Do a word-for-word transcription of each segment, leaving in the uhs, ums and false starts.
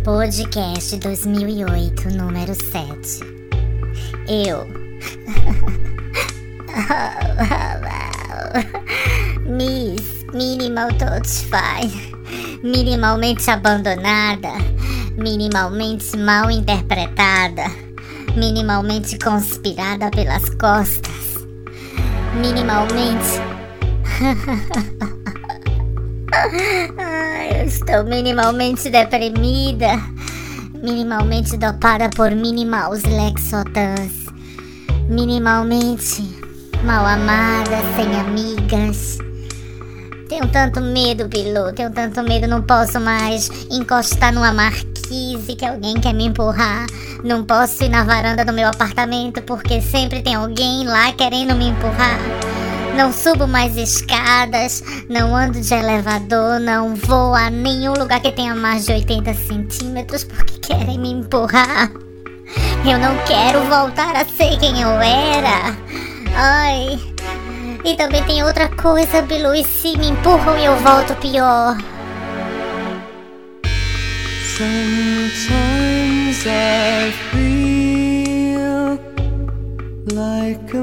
Podcast dois mil e oito, número sete. Eu Miss Minimal Toadfine, minimalmente abandonada, minimalmente mal interpretada, minimalmente conspirada pelas costas, minimalmente eu estou minimalmente deprimida, minimalmente dopada por minimals lexotans, minimalmente mal amada, sem amigas. Tenho tanto medo, Bilu, tenho tanto medo, não posso mais encostar numa marquise que alguém quer me empurrar. Não posso ir na varanda do meu apartamento porque sempre tem alguém lá querendo me empurrar. Não subo mais escadas, não ando de elevador, não vou a nenhum lugar que tenha mais de oitenta centímetros porque querem me empurrar. Eu não quero voltar a ser quem eu era. Ai. E também tem outra coisa, Bilu, e se me empurram e eu volto pior. Sometimes I feel like a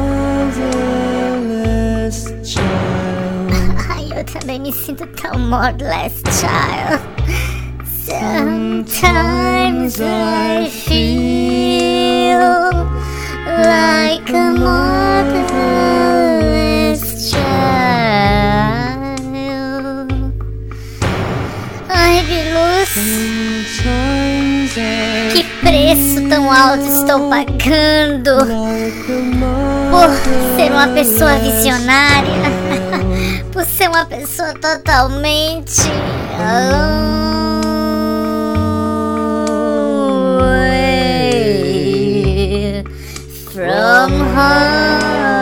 motherless child. Ai, eu também me sinto tão motherless child. Sometimes I feel like a motherless child. Ai, Bilus, que preço tão alto estou pagando por ser uma pessoa visionária, por ser uma pessoa totalmente away from home.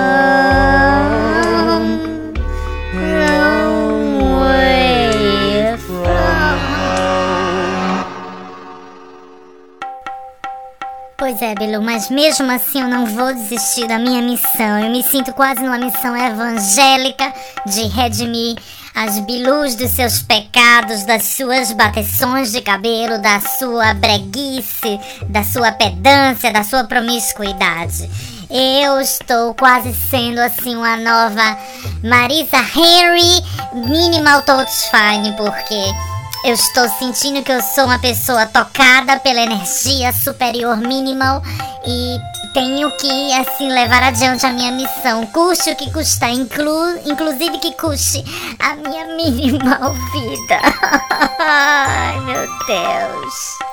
Pois é, Bilu, mas mesmo assim eu não vou desistir da minha missão. Eu me sinto quase numa missão evangélica de redimir as Bilus dos seus pecados, das suas bateções de cabelo, da sua breguice, da sua pedância, da sua promiscuidade. Eu estou quase sendo assim uma nova Marisa Henry Minimal Toadfine, porque eu estou sentindo que eu sou uma pessoa tocada pela energia superior minimal e tenho que, assim, levar adiante a minha missão, custe o que custar, inclu inclusive que custe a minha minimal vida. Ai, meu Deus.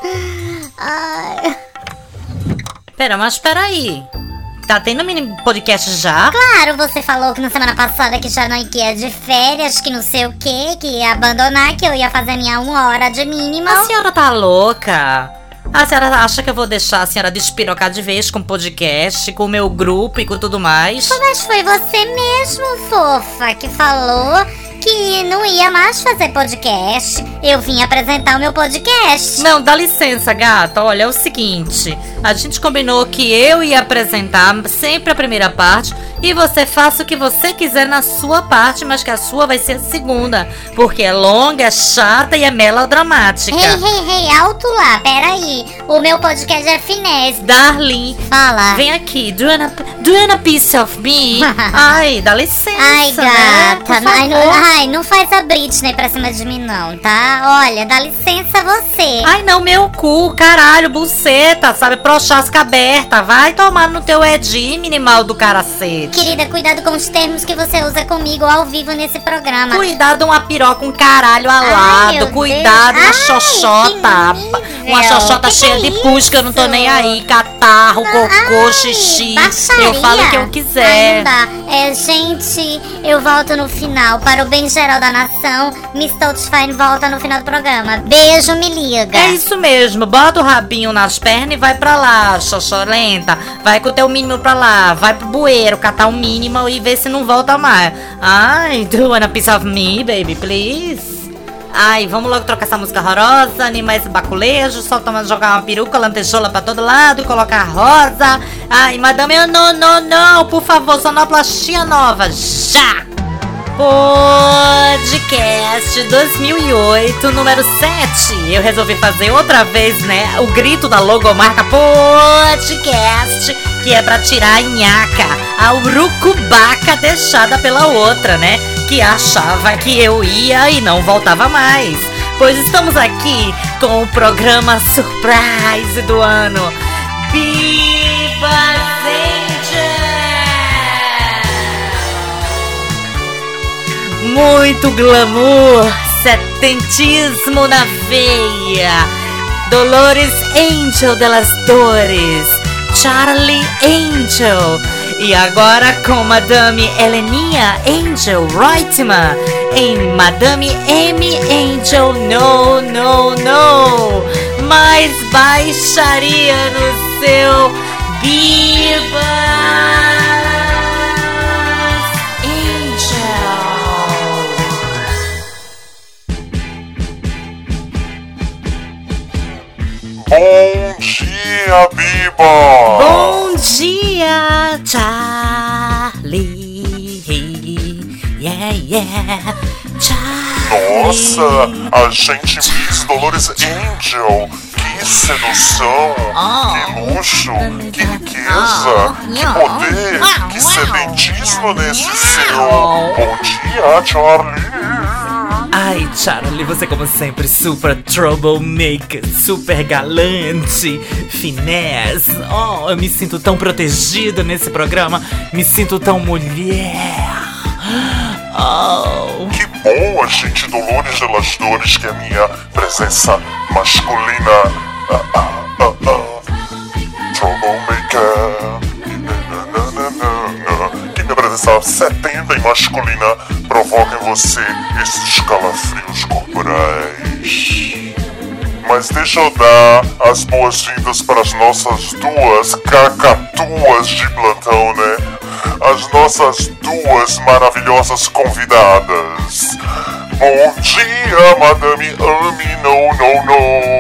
Ai. Pera, mas peraí. Tá tendo mini podcast já? Claro, você falou que na semana passada que já não ia de férias, que não sei o que, que ia abandonar, que eu ia fazer minha uma hora de mínima. A senhora tá louca? A senhora acha que eu vou deixar a senhora despirocar de vez com o podcast, com o meu grupo e com tudo mais? Mas foi você mesmo, fofa, que falou que não ia mais fazer podcast. Eu vim apresentar o meu podcast. Não, dá licença, gata. Olha, é o seguinte. A gente combinou que eu ia apresentar sempre a primeira parte e você faça o que você quiser na sua parte, mas que a sua vai ser a segunda, porque é longa, é chata e é melodramática. Hey, hey, hey, alto lá, peraí. O meu podcast é finesse. Darling, fala. Vem aqui, do you wanna, do you wanna piece of me? Ai, dá licença. Ai, gata, né? ai, não, ai, não faz a Britney pra cima de mim não, tá? Olha, dá licença você. Ai, não, meu cu, caralho, buceta, sabe? Prochasca aberta, vai tomar no teu Edi, minimal do caracete. Querida, cuidado com os termos que você usa comigo ao vivo nesse programa. Cuidado uma piroca, um caralho alado. Ai, cuidado uma xoxota. Uma xoxota cheia de pus que eu não tô nem aí. Catarro, cocô, ai, xixi. Baixaria. Eu falo o que eu quiser. Ai, não dá. É, gente, eu volto no final. Para o bem geral da nação, Miss Toadfine volta no final do programa. Beijo, me liga. É isso mesmo. Bota o rabinho nas pernas e vai pra lá, xoxolenta. Vai com o teu mínimo pra lá. Vai pro bueiro, catar o mínimo e ver se não volta mais. Ai, do you wanna piece of me, baby, please? Ai, vamos logo trocar essa música horrorosa, animar esse baculejo, só tomar, jogar uma peruca, lantejola pra todo lado e colocar rosa. Ai, madame, não, não, não, por favor, sonoplastia nova, já! Podcast dois mil e oito, número sete. Eu resolvi fazer outra vez, né, o grito da logomarca Podcast, que é pra tirar a nhaca, a urucubaca deixada pela outra, né, que achava que eu ia e não voltava mais. Pois estamos aqui com o programa surprise do ano, Viva muito glamour, setentismo na veia. Dolores Angel de las Dores, Charlie Angel. E agora com Madame Heleninha Angel Reutemann em Madame M. Angel No, No, No. Mais baixaria no seu Viva Bom dia, Biba! Bom dia, Charlie. Yeah, yeah, Charlie. Nossa, a gente Miss Dolores Angel. Que sedução, Oh. que luxo, que riqueza, que poder, que sedentismo nesse seu. Bom dia, Charlie. Ai, Charlie, você como sempre super troublemaker, super galante, finesse. Oh, eu me sinto tão protegida nesse programa, me sinto tão mulher. Oh. Que bom, a gente Dolores de las Dores, que é a minha presença masculina. Ah, ah, ah, ah. Troublemaker. Que minha presença setenta e masculina provoca em você esses calafrios corporais. Mas deixa eu dar as boas-vindas para as nossas duas cacatuas de plantão, né? As nossas duas maravilhosas convidadas. Bom dia, Madame Amy No, No, No.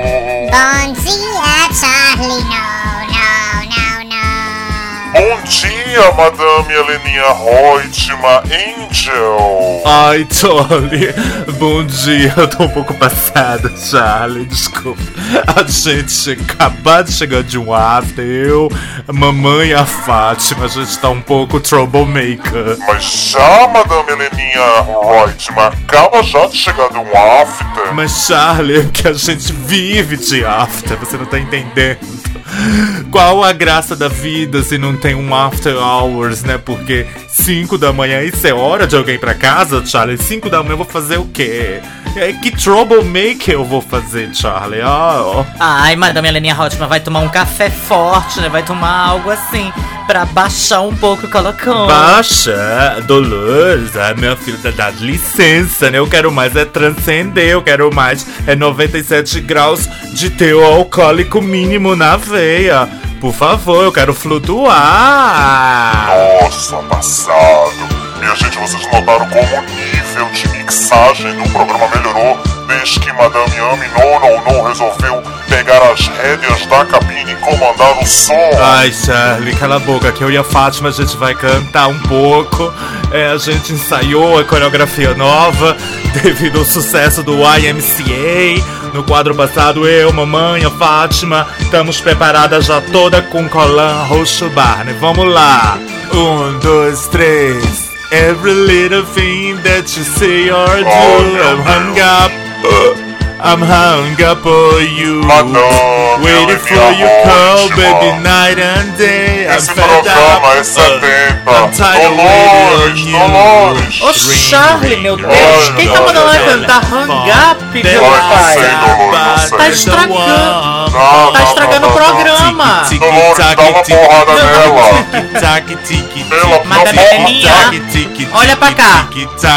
Bom dia, Charlie. No, no, no, no. Bom dia, Madame Heleninha Reutemann Angel. Ai, Charlie, bom dia. Eu tô um pouco passada, Charlie, desculpa. A gente acabou de chegar de um after, eu, a mamãe e a Fátima, a gente tá um pouco troublemaker. Mas já, Madame Heleninha Reutemann, acaba já de chegar de um after. Mas, Charlie, é que a gente vive de after, você não tá entendendo. Qual a graça da vida se não tem um after hours, né? Porque cinco da manhã, isso é hora de alguém ir pra casa, Charlie? cinco da manhã eu vou fazer o quê? É, que troublemaker eu vou fazer, Charlie? Oh. Ai, Madame Heleninha Reutemann vai tomar um café forte, né? Vai tomar algo assim pra baixar um pouco o colocão. Baixa, Dolores, ai, minha filha, dá, dá licença, né? Eu quero mais é transcender, eu quero mais é noventa e sete graus de teu alcoólico mínimo na veia. Por favor, eu quero flutuar. Nossa, passado. Minha gente, vocês notaram como o nível de mixagem do programa melhorou desde que Madame Amy No, No, No resolveu pegar as rédeas da cabine e comandar o som. Ai, Charlie, cala a boca, que eu e a Fátima a gente vai cantar um pouco. É, a gente ensaiou a coreografia nova devido ao sucesso do Y M C A. No quadro passado, eu, mamãe, a Fátima, estamos preparadas já toda com colã roxo Barney. Vamos lá. Um, dois, três. Every little thing that you say or do, I'm hung up. I'm hung up for you. Madame, Waiting for your call, baby, night and day. I'm Esse fed programa up. é setenta. I'm tired of Dolores, waiting on you. Dolores. Ô, Charlie, meu Deus, quem tá mandando ela cantar Hang Up, meu Vai, pai? sei, Dolores, não Tá sei. estragando. Não, Tá não, estragando não, o não, programa. Dolores, dá uma porrada nela. Pela Madame porra. Heleninha, olha pra cá.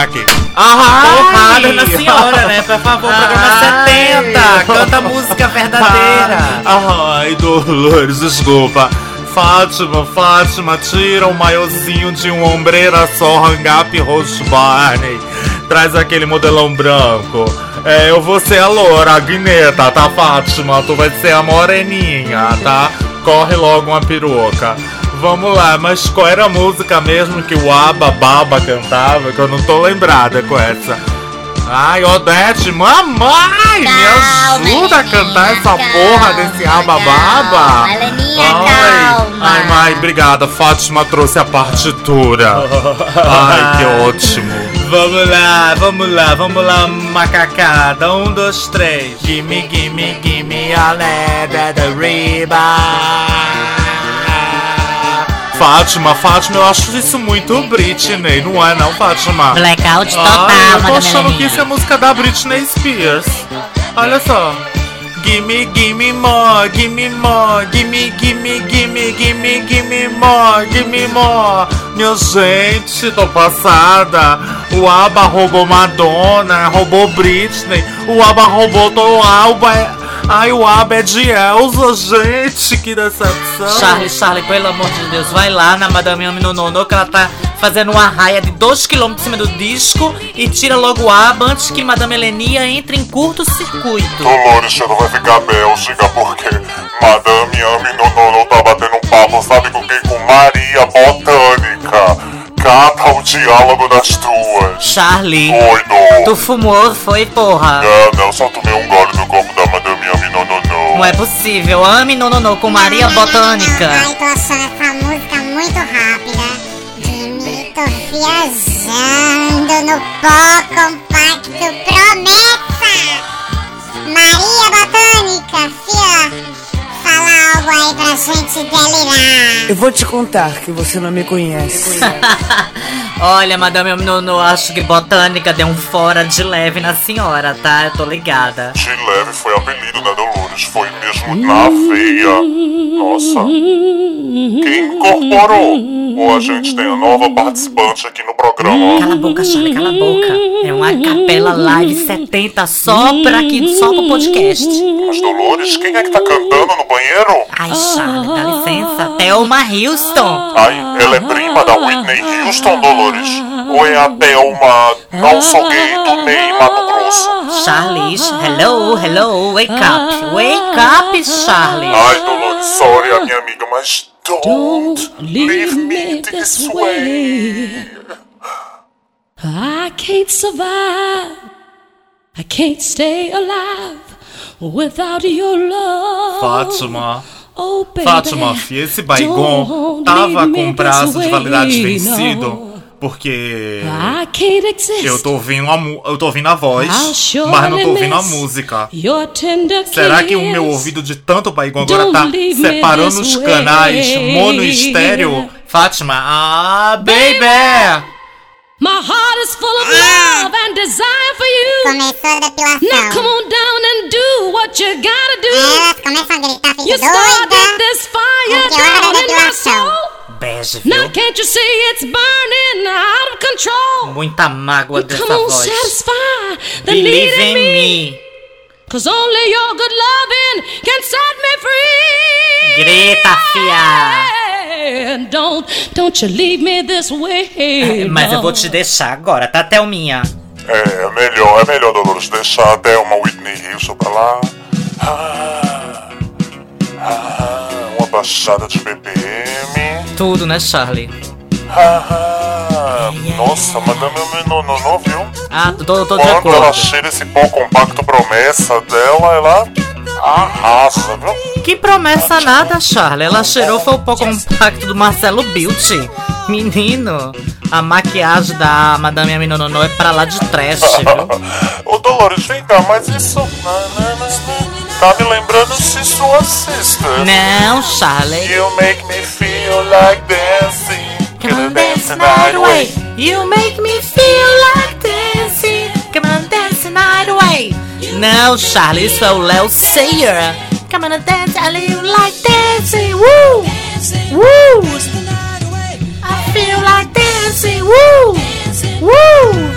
Porrada na senhora, né? Por favor, programa setenta. Canta música verdadeira. Ai, Dolores, desculpa. Fátima, Fátima, tira o maiozinho de um ombreira só, hang-up roxo Barney. Traz aquele modelão branco. É, eu vou ser a loura, a guineta, tá, Fátima? Tu vai ser a moreninha, tá? Corre logo uma peruca. Vamos lá, mas qual era a música mesmo que o Aba Baba cantava? Que eu não tô lembrada com essa. Ai, Odete, mamãe, Calma, me ajuda a cantar essa calma, porra desse Aba Baba. calma, Heleninha, Ai, calma. ai, mãe, obrigada. Fátima trouxe a partitura. Ai, que ótimo. Vamos lá, vamos lá, vamos lá, macacada. Um, dois, três. Gimme, gimme, gimme a leather the riba. Fátima, Fátima, eu acho isso muito Britney, não é não, Fátima? Blackout total, Ai, eu tô Madame achando que Heleninha. isso é música da Britney Spears. Olha só. Gimme, gimme more, gimme more, gimme, gimme, gimme, gimme, gimme more, gimme more. Minha gente, tô passada. O Aba roubou Madonna, roubou Britney. O Aba roubou todo o Alba. Ai, o Aba é de Elsa, gente, que decepção. Charlie, Charlie, pelo amor de Deus, vai lá na Madame Yami no Nono, que ela tá fazendo uma raia de dois quilômetros em cima do disco e tira logo o Aba antes que Madame Helenia entre em curto-circuito. Dolores, já não vai ficar Bélgica, porque Madame Yami no Nono tá batendo um papo, sabe com quem? Com Maria Botânica. Cata o diálogo das tuas. Charlie, Oi, Dom. tu fumou, foi, porra? Não, não, só tomei um gole do copo da Madame Yami no Nono. Não é possível, Ame no Nono com Maria Botânica. Ai, tô achando essa música muito rápida. Gimme, tô viajando no pó compacto promessa. Maria Botânica, fia, fala algo aí pra gente delirar. Eu vou te contar que você não me conhece. Olha, Madame Yami no Nono, acho que Botânica deu um fora de leve na senhora, tá? Eu tô ligada. De leve foi apelido, né, Dolores? Foi mesmo na veia. Nossa. Quem incorporou? Ou a gente tem a nova participante aqui no programa? Cala a boca, Charlie, cala a boca. É uma capela live setenta só pra aqui, só pro podcast. Mas, Dolores, quem é que tá cantando no banheiro? Ai, Charlie, dá licença. Thelma Houston. Ai, ela é prima da Whitney Houston, Dolores? Ou é a Thelma, não sou gay, do Ney, Mato Grosso? Charlie, hello, hello, wake up. Wake up, Charlie. Ai, Dolores, sorry, a minha amiga, mas don't leave me this way. I can't survive, I can't stay alive without your love. Fátima. Oh, baby, Fátima, filha, esse Baigon don't tava leave com me prazo this de validade way, vencido. no. Porque I can't exist. eu tô ouvindo a, mu- eu tô ouvindo a voz, I'll surely mas não tô ouvindo a miss música. your tender Será que o meu kiss. ouvido de tanto Baigon agora Don't tá leave me separando this os canais way. mono e estéreo? Fátima, ah, baby! My heart is full of love and desire for you. Começou a Now depilação. come on down and do what you gotta do. Elas começam a gritar, You fica started doida. this fire Porque é hora da down in my depilação. soul. Beijo, Now viu? can't you see it's burning out of control? Muita mágoa dessa Come on, voz. satisfy the Believe need in in me. me. Cause only your good loving can set me free. Grita, fia. And don't, don't you leave me this way. Mas eu no. vou te deixar agora, tá, Thelminha? É, é melhor, é melhor, Dolores, deixar até uma Whitney Houston pra lá. Ah, ah, uma baixada de B P M. Tudo, né, Charlie? Ah, ah, nossa, Madame Yami no Nono, viu? Ah, tô, tô de Quando ela acordo. cheira esse pó compacto promessa dela, ela arrasa, viu? Que promessa nada, Charlie. Ela cheirou foi o pó compacto do Marcelo Beauty. Menino, a maquiagem da Madame Yami no Nono é pra lá de trash, viu? Ô Dolores, vem cá, mas isso tá me lembrando se sua sister. Não, Charlie. You make me feel like dancing. Come on, dance the night away. You make me feel like dancing. Come on, dance the night away. Não, Charlie, isso é o Léo Sayer. Come on, dance, I live like dancing. Woo! Woo! I feel like dancing. Woo! Woo!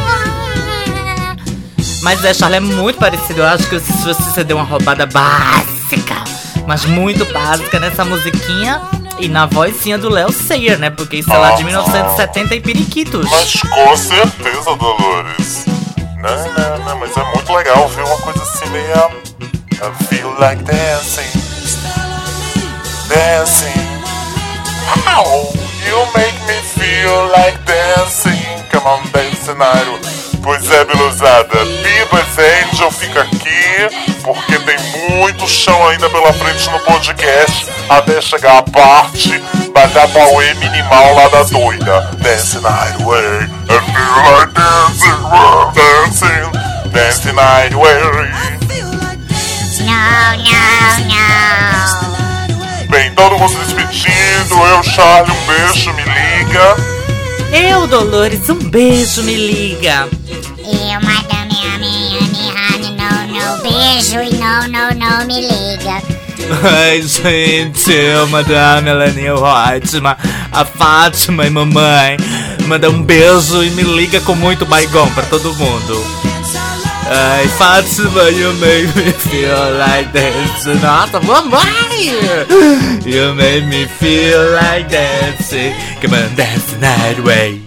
Mas é, Charlie, é muito parecido. Eu acho que se você deu uma roubada básica, mas muito básica nessa musiquinha. E na vozinha do Léo Sayer, né? Porque isso é lá de mil novecentos e setenta e periquitos. Mas com certeza, Dolores. Não, não, não, mas é muito legal, viu? Uma coisa assim meio... I feel like dancing. Dancing. Ow! You make me feel like dancing. Come on, dance night. Pois é, belezada, Bieber's Angel fica aqui porque tem muito chão ainda pela frente no podcast até chegar a parte Badabauê minimal lá da doida. Dance night way, I feel like dancing, dancing, dance night way. Não, não, não. Bem, todo mundo se despedindo, eu, Charlie, um beijo, me liga. Eu, Dolores, um beijo, me liga. Eu, madame, a minha, minha, não, não, beijo e não, não, não, me liga. Ai, gente, madame Elaninha ótima. A Fátima e mamãe. Manda um beijo e me liga com muito baigão pra todo mundo. Ai, Fátima, you make me feel like dancing. Nossa, mamãe! You make me feel like dancing. Come on, dance night way.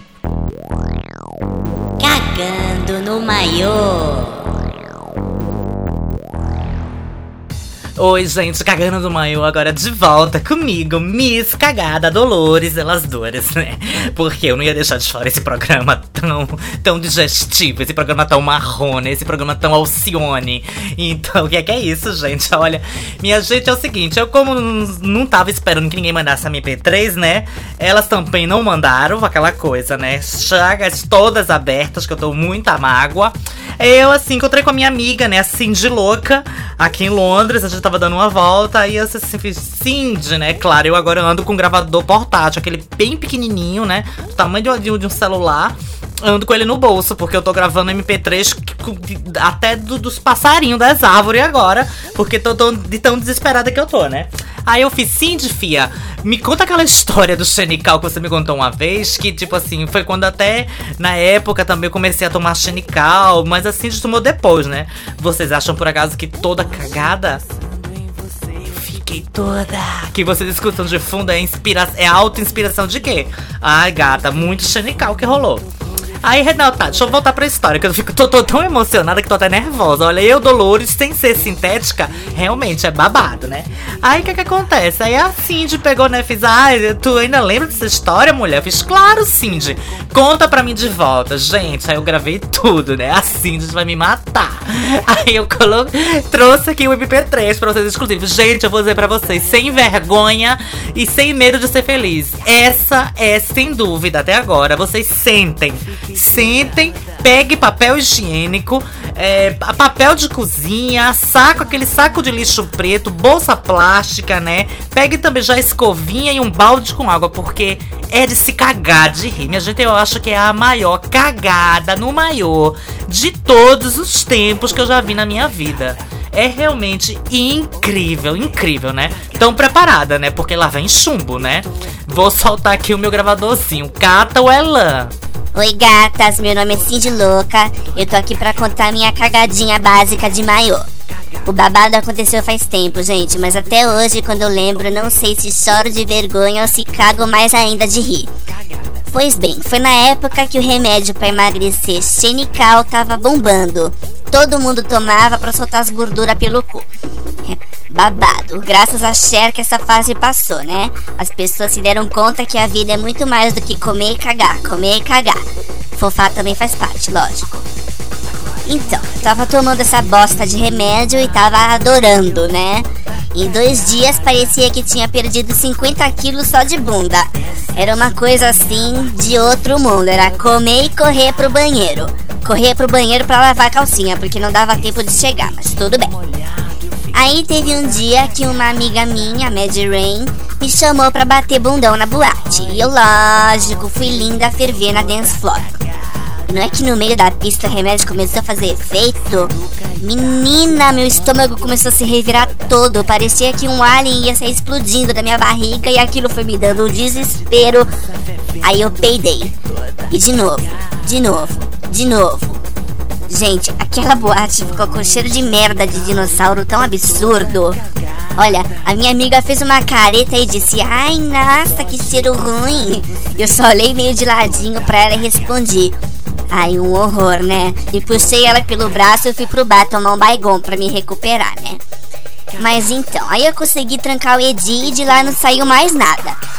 Cagando no maiô. Oi, gente, cagando do maiô agora de volta comigo, Miss Cagada Dolores Elas Duras, né? Porque eu não ia deixar de fora esse programa tão, tão digestivo, esse programa tão marrone, esse programa tão Alcione. Então, o que é que é isso, gente? Olha, minha gente, é o seguinte, eu como não tava esperando que ninguém mandasse a M P três, né? Elas também não mandaram, aquela coisa, né? Chagas todas abertas, que eu tô muita mágoa. Eu, assim, encontrei com a minha amiga, né, a Cindy Louca, aqui em Londres. A gente tava dando uma volta e eu assim, fiz Cindy, né, claro, eu agora ando com um gravador portátil, aquele bem pequenininho, né, do tamanho de um, de um celular. Ando com ele no bolso, porque eu tô gravando M P três até do, dos passarinhos das árvores agora, porque tô, tô de tão desesperada que eu tô, né? Aí eu fiz, Cindy, fia, me conta aquela história do xenical que você me contou uma vez, que tipo assim, foi quando até na época também eu comecei a tomar xenical, mas a Cindy tomou depois, né? Vocês acham por acaso que toda cagada? Eu fiquei toda... Que vocês escutam de fundo é, inspira... é auto-inspiração de quê? Ai, gata, muito xenical que rolou. Aí, Renata, deixa eu voltar pra história, que eu fico, tô, tô tão emocionada que tô até nervosa. Olha, eu, Dolores, sem ser sintética, realmente é babado, né? Aí, o que que acontece? Aí a Cindy pegou, né, fiz, ai, tu ainda lembra dessa história, mulher? Eu fiz, claro, Cindy, conta pra mim de volta. Gente, aí eu gravei tudo, né? A Cindy vai me matar. Aí eu colo... trouxe aqui o M P três pra vocês exclusivos. Gente, eu vou dizer pra vocês, sem vergonha e sem medo de ser feliz. Essa é, sem dúvida, até agora, vocês sentem... Sentem, pegue papel higiênico, é, papel de cozinha, saco, aquele saco de lixo preto, bolsa plástica, né? Pegue também já escovinha e um balde com água, porque é de se cagar de rir. Minha gente, eu acho que é a maior cagada no maiô de todos os tempos que eu já vi na minha vida. É realmente incrível, incrível, né? Tão preparada, né? Porque lá vem chumbo, né? Vou soltar aqui o meu gravadorzinho. Cata o Elan. Oi, gatas, meu nome é Cindy Louca. Eu tô aqui pra contar minha cagadinha básica de maiô. O babado aconteceu faz tempo, gente, mas até hoje, quando eu lembro, não sei se choro de vergonha ou se cago mais ainda de rir. Pois bem, foi na época que o remédio pra emagrecer xenical tava bombando. Todo mundo tomava pra soltar as gorduras pelo cu. É babado. Graças a Cher que essa fase passou, né? As pessoas se deram conta que a vida é muito mais do que comer e cagar, comer e cagar. Fofar também faz parte, lógico. Então, eu tava tomando essa bosta de remédio e tava adorando, né? Em dois dias parecia que tinha perdido cinquenta quilos só de bunda. Era uma coisa assim de outro mundo. Era comer e correr pro banheiro. Correr pro banheiro pra lavar a calcinha, porque não dava tempo de chegar, mas tudo bem. Aí teve um dia que uma amiga minha, a Mad Rain, me chamou pra bater bundão na boate. E eu, lógico, fui linda a ferver na dance floor. Não é que no meio da pista o remédio começou a fazer efeito? Menina, meu estômago começou a se revirar todo. Parecia que um alien ia sair explodindo da minha barriga e aquilo foi me dando um desespero. Aí eu peidei. E de novo, de novo, de novo. Gente, aquela boate ficou com cheiro de merda de dinossauro tão absurdo. Olha, a minha amiga fez uma careta e disse: ai, nossa, que cheiro ruim. Eu só olhei meio de ladinho pra ela e respondi: ai, um horror, né? E puxei ela pelo braço e fui pro bar tomar um baigon pra me recuperar, né? Mas então, aí eu consegui trancar o Edi e de lá não saiu mais nada.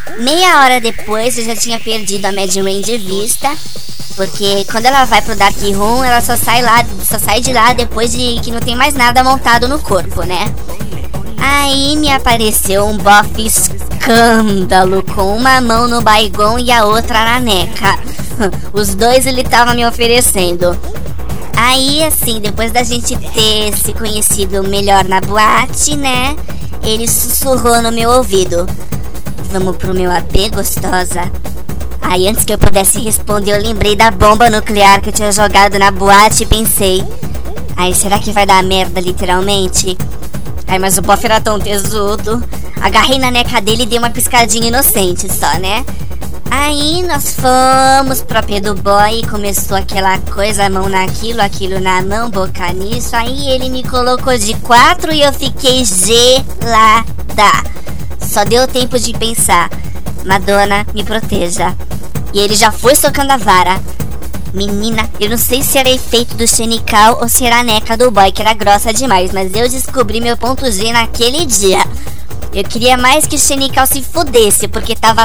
Meia hora depois eu já tinha perdido a Mad Rain de vista, porque quando ela vai pro Dark Room, ela só sai lá, só sai de lá depois de que não tem mais nada montado no corpo, né? Aí me apareceu um bofe escândalo, com uma mão no Baygon e a outra na neca. Os dois ele tava me oferecendo. Aí, assim, depois da gente ter se conhecido melhor na boate, né? Ele sussurrou no meu ouvido: vamos pro meu A P, gostosa? Aí, antes que eu pudesse responder, eu lembrei da bomba nuclear que eu tinha jogado na boate e pensei: ai, será que vai dar merda, literalmente? Ai, mas o bofe era tão tesudo. Agarrei na neca dele e dei uma piscadinha inocente só, né? Aí nós fomos pro A P do boy e começou aquela coisa, mão naquilo, aquilo na mão, boca nisso. Aí ele me colocou de quatro e eu fiquei gelada. Só deu tempo de pensar: Madonna, me proteja. E ele já foi socando a vara. Menina, eu não sei se era efeito do xenical ou se era a neca do boy, que era grossa demais, mas eu descobri meu ponto G naquele dia. Eu queria mais que o xenical se fudesse, porque tava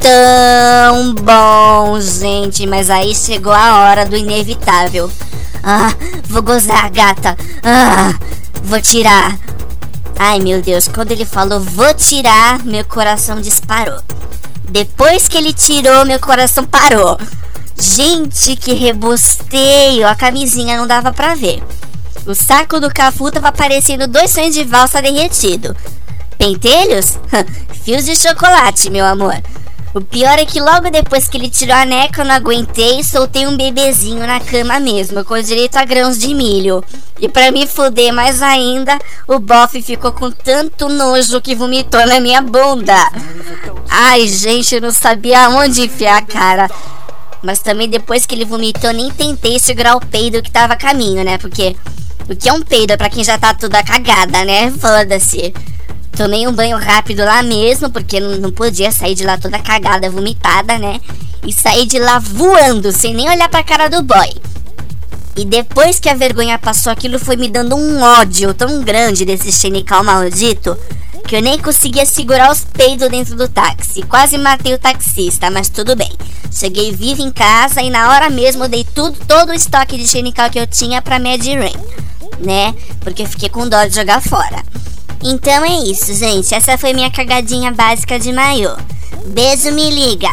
tão bom, gente. Mas aí chegou a hora do inevitável. Ah, vou gozar, gata. Ah, vou tirar. Ai, meu Deus, quando ele falou vou tirar, meu coração disparou. Depois que ele tirou, meu coração parou. Gente, que rebosteio. A camisinha não dava pra ver. O saco do Cafu tava parecendo dois sonhos de valsa derretido. Pentelhos? Fios de chocolate, meu amor. O pior é que logo depois que ele tirou a neca, eu não aguentei e soltei um bebezinho na cama mesmo, com direito a grãos de milho. E pra me fuder mais ainda, o bofe ficou com tanto nojo que vomitou na minha bunda. Ai, gente, eu não sabia onde enfiar a cara. Mas também depois que ele vomitou, nem tentei segurar o peido que tava a caminho, né? Porque o que é um peido pra quem já tá toda cagada, né? Foda-se. Tomei um banho rápido lá mesmo, porque não, não podia sair de lá toda cagada, vomitada, né? E saí de lá voando, sem nem olhar pra cara do boy. E depois que a vergonha passou, aquilo foi me dando um ódio tão grande desse xenical maldito, que eu nem conseguia segurar os peidos dentro do táxi. Quase matei o taxista, mas tudo bem. Cheguei viva em casa e na hora mesmo eu dei tudo, todo o estoque de xenical que eu tinha pra Mad Rain, né? Porque eu fiquei com dó de jogar fora. Então é isso, gente. Essa foi minha cagadinha básica de maiô. Beijo, me liga.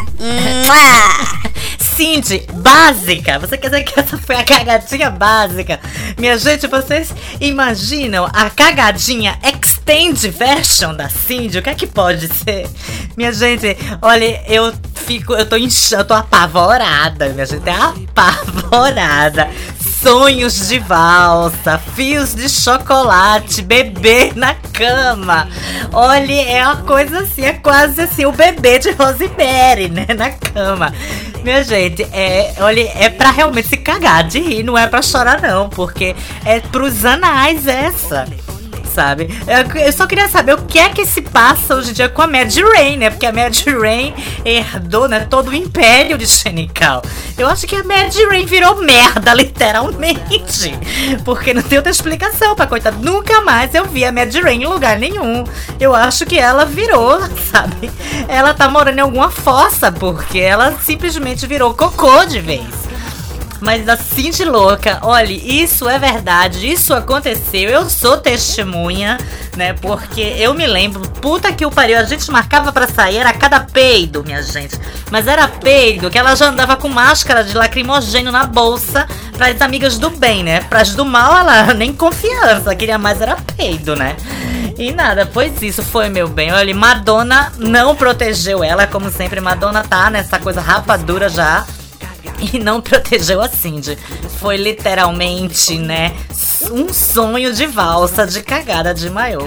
Cindy, básica. Você quer dizer que essa foi a cagadinha básica? Minha gente, vocês imaginam a cagadinha extend version da Cindy? O que é que pode ser? Minha gente, olha, eu fico, eu tô inchando, eu tô apavorada, minha gente, é apavorada. Sonhos de valsa, fios de chocolate, bebê na cama. Olha, é uma coisa assim, é quase assim o bebê de Rosemary, né, na cama. Minha gente, é, olha, é pra realmente se cagar de rir, não é pra chorar não, porque é pros anais essa. Sabe? Eu, eu só queria saber o que é que se passa hoje em dia com a Mad Rain, né? Porque a Mad Rain herdou, né, todo o império de xenical. Eu acho que a Mad Rain virou merda, literalmente. Porque não tem outra explicação pra coitada. Nunca mais eu vi a Mad Rain em lugar nenhum. Eu acho que ela virou, sabe? Ela tá morando em alguma fossa, porque ela simplesmente virou cocô de vez. Mas assim de louca, olha, isso é verdade, isso aconteceu, eu sou testemunha, né, porque eu me lembro, puta que o pariu, a gente marcava pra sair, era cada peido, minha gente, mas era peido que ela já andava com máscara de lacrimogênio na bolsa pras amigas do bem, né, pras do mal ela nem confiança, queria mais era peido, né. E nada, pois isso foi, meu bem, olha, Madonna não protegeu ela, como sempre, Madonna tá nessa coisa rapadura já. E não protegeu a Cindy. Foi literalmente, né, um sonho de valsa de cagada de maiô.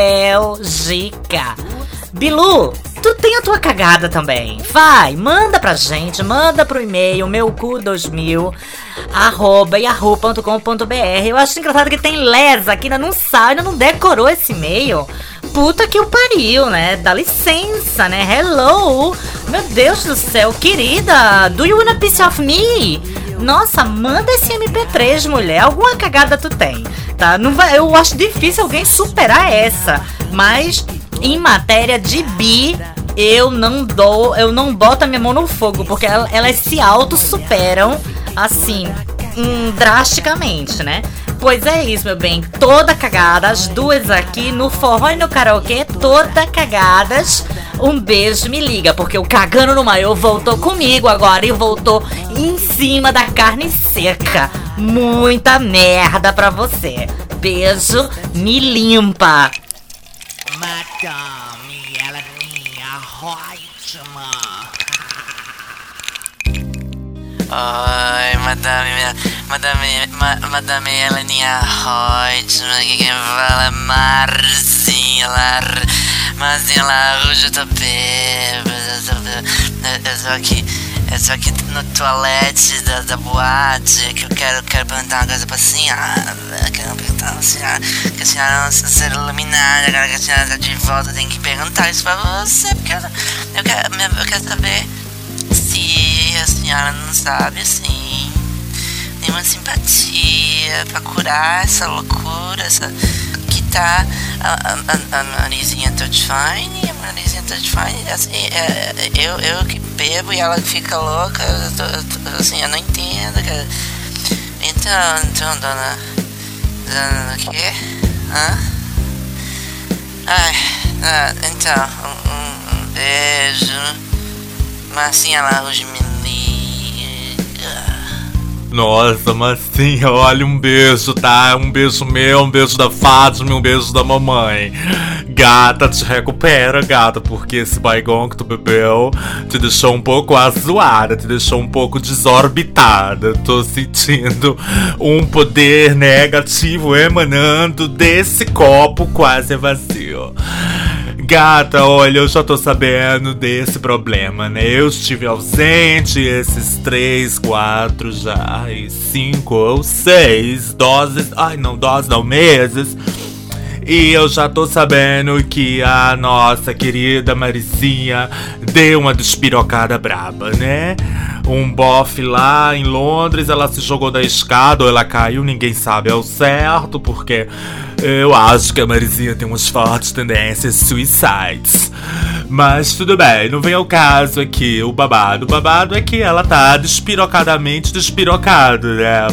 Bélgica. Bilu, tu tem a tua cagada também. Vai, manda pra gente, manda pro e-mail meucu dois mil arroba yahoo ponto com ponto br. Eu acho engraçado que tem Lesa que ainda não sabe, ainda não decorou esse e-mail. Puta que o pariu, né? Dá licença, né? Hello! Meu Deus do céu, querida! Do you want a piece of me? Nossa, manda esse M P três, mulher. Alguma cagada tu tem, tá? Não vai, eu acho difícil alguém superar essa. Mas em matéria de bi, eu não dou, eu não boto a minha mão no fogo, porque ela, elas se auto-superam, assim, hum, drasticamente, né? Pois é isso, meu bem, toda cagada, as duas aqui no forró e no karaokê, toda cagadas. Um beijo, me liga, porque o Cagando no Maiô voltou comigo agora e voltou em cima da carne seca. Muita merda pra você. Beijo, me limpa. Madame, ela é minha ótima. Oi, madame, madame, ma, madame Heleninha Reutemann, aqui quem fala é Marcinha Lar, Marcinha Laruja, eu tô bêbada, eu tô bêbada, eu tô aqui, eu tô aqui no toalete da, da boate, que eu quero, quero perguntar uma coisa pra senhora, eu quero perguntar pra senhora, que a senhora não ser iluminada, agora que a senhora tá de volta, eu tenho que perguntar isso pra você, porque eu, eu, quero, eu quero saber se a senhora não sabe, assim, nenhuma simpatia pra curar essa loucura, essa que tá a, a, a Marizinha Tudfine, a Marizinha Tudfine, assim, é, eu, eu que bebo e ela fica louca, eu tô, eu tô, assim, eu não entendo, cara. Então, então, dona, dona o quê? Hã? Ai, ah, então, um, um, um beijo. Marcinha Laruja, me liga. Nossa, Marcinha, olha, um beijo, tá? Um beijo meu, um beijo da Fátima e um beijo da mamãe. Gata, te recupera, gata, porque esse baigon que tu bebeu te deixou um pouco azoada, te deixou um pouco desorbitada. Tô sentindo um poder negativo emanando desse copo quase vazio. Gata, olha, eu já tô sabendo desse problema, né? Eu estive ausente esses três, quatro, já, ai, cinco ou seis doses, ai não, doses não, meses. E eu já tô sabendo que a nossa querida Marizinha deu uma despirocada braba, né? Um bofe lá em Londres, ela se jogou da escada ou ela caiu, ninguém sabe ao certo, porque eu acho que a Marizinha tem umas fortes tendências suicides. Mas tudo bem, não vem ao caso aqui o babado. O babado é que ela tá despirocadamente despirocada, né?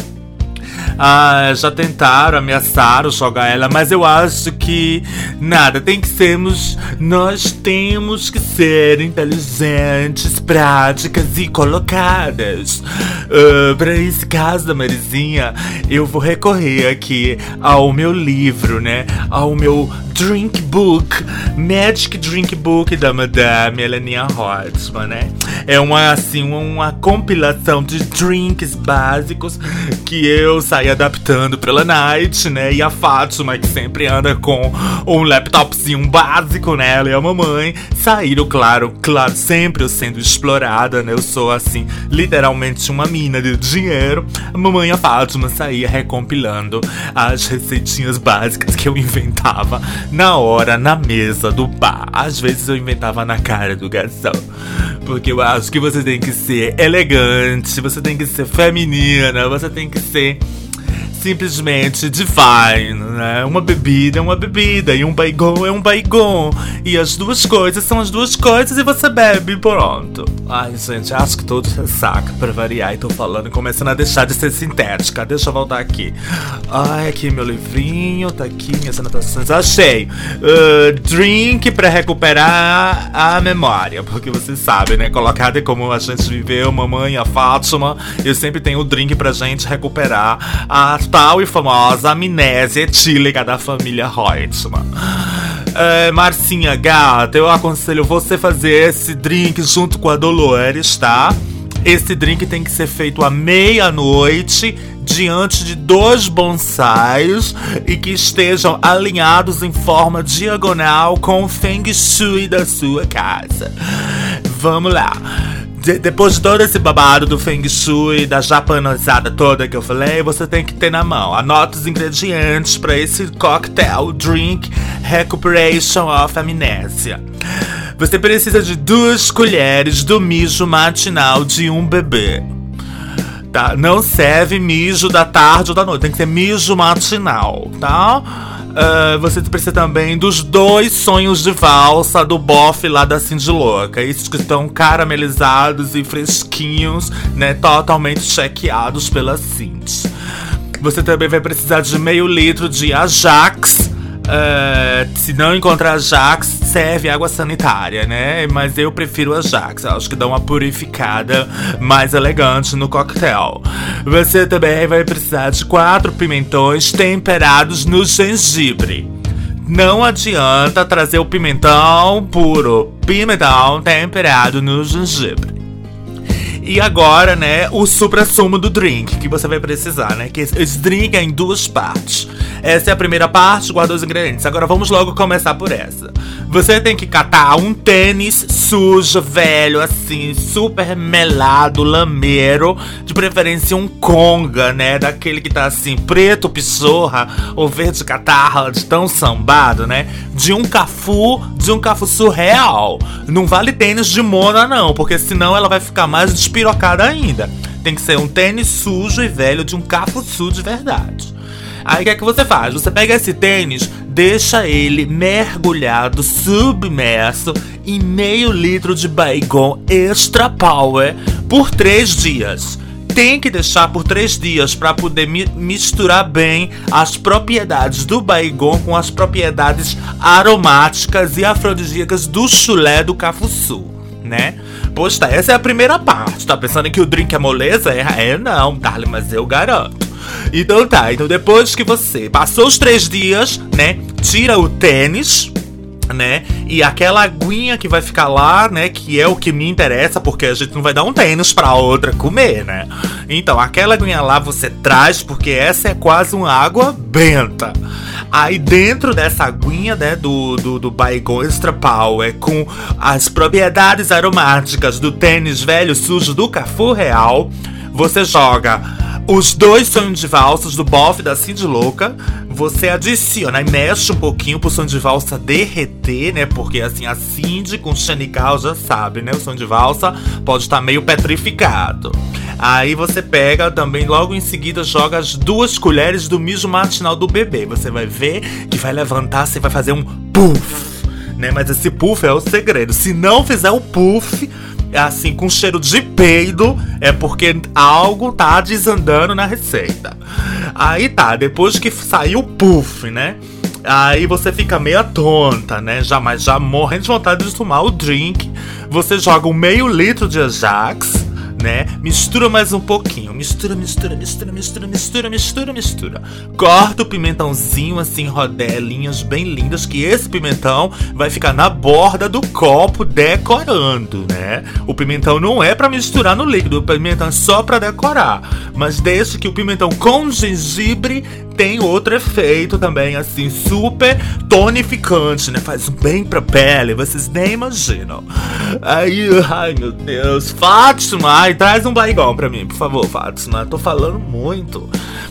Ah, já tentaram, ameaçaram jogar ela, mas eu acho que nada, tem que sermos, nós temos que ser inteligentes, práticas e colocadas. Uh, para esse caso da Marizinha, eu vou recorrer aqui ao meu livro, né? Ao meu Drink Book, Magic Drink Book da Madame Heleninha Reutemann, né? É uma, assim, uma compilação de drinks básicos que eu saí adaptando pela night, né? E a Fátima, que sempre anda com um laptopzinho básico, né? Ela e a mamãe saíram, claro, claro, sempre eu sendo explorada, né? Eu sou, assim, literalmente uma mina de dinheiro. A mamãe e a Fátima saía recompilando as receitinhas básicas que eu inventava na hora, na mesa do bar. Às vezes eu inventava na cara do garçom, porque eu acho que você tem que ser elegante, você tem que ser feminina, você tem que ser simplesmente divine, né? Uma bebida é uma bebida e um baigon é um baigon. E as duas coisas são as duas coisas e você bebe e pronto. Ai, gente, acho que todo ressaca pra variar e tô falando, começando a deixar de ser sintética. Deixa eu voltar aqui. Ai, aqui meu livrinho, tá aqui minhas anotações. Achei. Uh, drink pra recuperar a memória, porque você sabe, né? Colocada como a gente viveu, mamãe, a Fátima, eu sempre tenho o drink pra gente recuperar a tal e famosa amnésia etílica da família Reutemann. É, Marcinha, gata, eu aconselho você fazer esse drink junto com a Dolores, tá? Esse drink tem que ser feito à meia-noite, diante de dois bonsais e que estejam alinhados em forma diagonal com o Feng Shui da sua casa. Vamos lá. De- depois de todo esse babado do Feng Shui, da japanosada toda que eu falei, você tem que ter na mão. Anota os ingredientes para esse cocktail, drink, Recuperation of Amnesia. Você precisa de duas colheres do mijo matinal de um bebê. Tá? Não serve mijo da tarde ou da noite, tem que ser mijo matinal, tá? Uh, você precisa também dos dois sonhos de valsa do bofe lá da Cyndi Louca. Esses que estão caramelizados e fresquinhos, né? Totalmente chequeados pela Cyndi. Você também vai precisar de meio litro de Ajax. Uh, se não encontrar Ajax, serve água sanitária, né? Mas eu prefiro Ajax, acho que dá uma purificada mais elegante no coquetel. Você também vai precisar de quatro pimentões temperados no gengibre. Não adianta trazer o pimentão puro, pimentão temperado no gengibre. E agora, né, o supra-sumo do drink que você vai precisar, né? Que esse drink é em duas partes. Essa é a primeira parte, guarda os ingredientes. Agora vamos logo começar por essa. Você tem que catar um tênis sujo, velho, assim, super melado, lameiro. De preferência um conga, né? Daquele que tá assim, preto, pichorra, ou verde catarra, de tão sambado, né? De um cafu, de um cafu surreal. Não vale tênis de mona, não, porque senão ela vai ficar mais despirocada ainda. Tem que ser um tênis sujo e velho de um cafuçu de verdade. Aí o que é que você faz? Você pega esse tênis, deixa ele mergulhado, submerso em meio litro de Baygon Extra Power por três dias. Tem que deixar por três dias para poder mi- misturar bem as propriedades do Baygon com as propriedades aromáticas e afrodisíacas do chulé do cafuçu, né? Pois tá, essa é a primeira parte. Tá pensando que o drink é moleza? É, é não, Darling, mas eu garanto. Então tá, então depois que você passou os três dias, né, tira o tênis, né, e aquela aguinha que vai ficar lá, né, que é o que me interessa, porque a gente não vai dar um tênis pra outra comer, né. Então, aquela aguinha lá você traz, porque essa é quase uma água benta. Aí dentro dessa aguinha, né, do, do, do Baygon Extra Power, com as propriedades aromáticas do tênis velho sujo do Cafu Real, você joga os dois sonhos de valsas do bofe da Cyndi Louca. Você adiciona e mexe um pouquinho pro sonho de valsa derreter, né? Porque assim, a Cyndi com Xenical já sabe, né? O sonho de valsa pode estar meio petrificado. Aí você pega também, logo em seguida, joga as duas colheres do mijo matinal do bebê. Você vai ver que vai levantar, você vai fazer um puff, né? Mas esse puff é o segredo. Se não fizer o puff, assim, com cheiro de peido, é porque algo tá desandando na receita. Aí tá, depois que saiu o puff, né? Aí você fica meio tonta, né? Já, mas já morrendo de vontade de tomar o drink. Você joga um meio litro de Ajax, né? Mistura mais um pouquinho. Mistura, mistura, mistura, mistura, mistura, mistura, mistura. Corta o pimentãozinho assim, em rodelinhas bem lindas, que esse pimentão vai ficar na borda do copo decorando, né? O pimentão não é pra misturar no líquido, o pimentão é só pra decorar. Mas desde que o pimentão com gengibre tem outro efeito também, assim, super tonificante, né? Faz bem pra pele, vocês nem imaginam. Aí, ai meu Deus, Fátima, ai, traz um Baygon pra mim, por favor, Fátima, tô falando muito.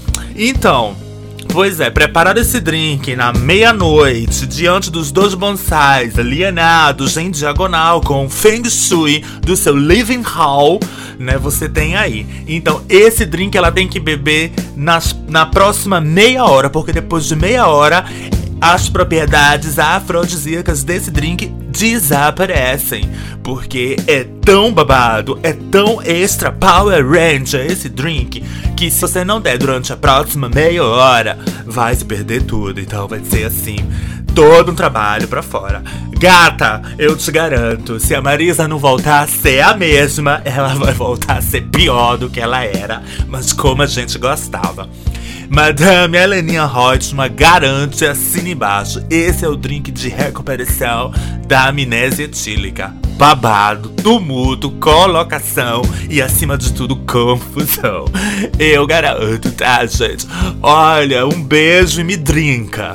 Então, pois é, preparar esse drink na meia-noite, diante dos dois bonsais alienados em diagonal com o Feng Shui do seu living hall, né, você tem aí. Então, esse drink ela tem que beber nas, na próxima meia hora, porque depois de meia hora, as propriedades afrodisíacas desse drink desaparecem. Porque é tão babado, é tão extra Power Ranger esse drink, que se você não der durante a próxima meia hora, vai se perder tudo. Então vai ser assim, todo um trabalho pra fora. Gata, eu te garanto, se a Marisa não voltar a ser a mesma, ela vai voltar a ser pior do que ela era. Mas como a gente gostava. Madame Heleninha Reutemann garante, assina embaixo, esse é o drink de recuperação da amnésia etílica. Babado, tumulto, colocação e, acima de tudo, confusão. Eu garanto, tá, gente? Olha, um beijo e me drinca.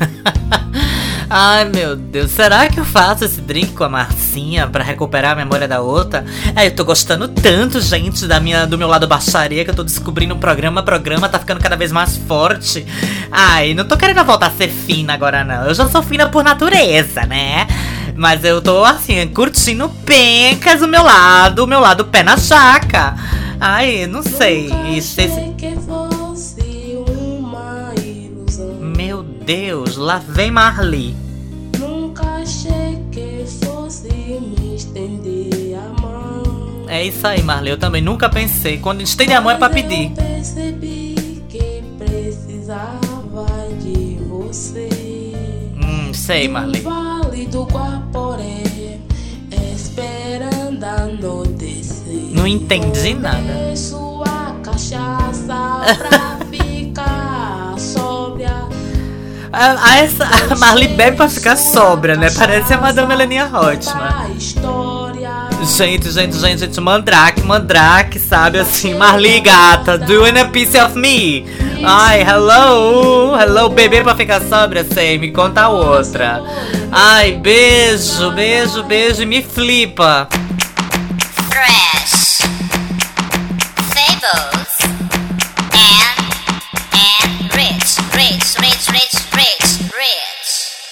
Ai, meu Deus, será que eu faço esse drink com a Marcinha pra recuperar a memória da outra? É, eu tô gostando tanto, gente, da minha, do meu lado baixaria, que eu tô descobrindo programa a programa, tá ficando cada vez mais forte. Ai, não tô querendo voltar a ser fina agora, não. Eu já sou fina por natureza, né? Mas eu tô, assim, curtindo pencas o meu lado, o meu lado pé na jaca. Ai, não sei. Isso, esse... Meu Deus, lá vem Marli. Nunca achei que fosse me estender a mão. É isso aí, Marli, eu também nunca pensei. Quando estende a mão é pra pedir. Eu percebi que precisava de você. Hum, sei, Marli. No Vale do Guaporé, esperando anoitecer. Não entendi nada. Sua cachaça pra ficar sóbria. A, a, essa, a Marli bebe pra ficar sóbria, né? Parece a Madame Heleninha Reutemann. Gente, gente, gente, gente, Mandrake, Mandrake, sabe assim, Marli gata, doing a piece of me. Ai, hello, hello, beber pra ficar sóbria, sei, me conta a outra. Ai, beijo, beijo, beijo e me flipa. Fresh, Fables, and, and rich, rich, rich, rich, rich, rich.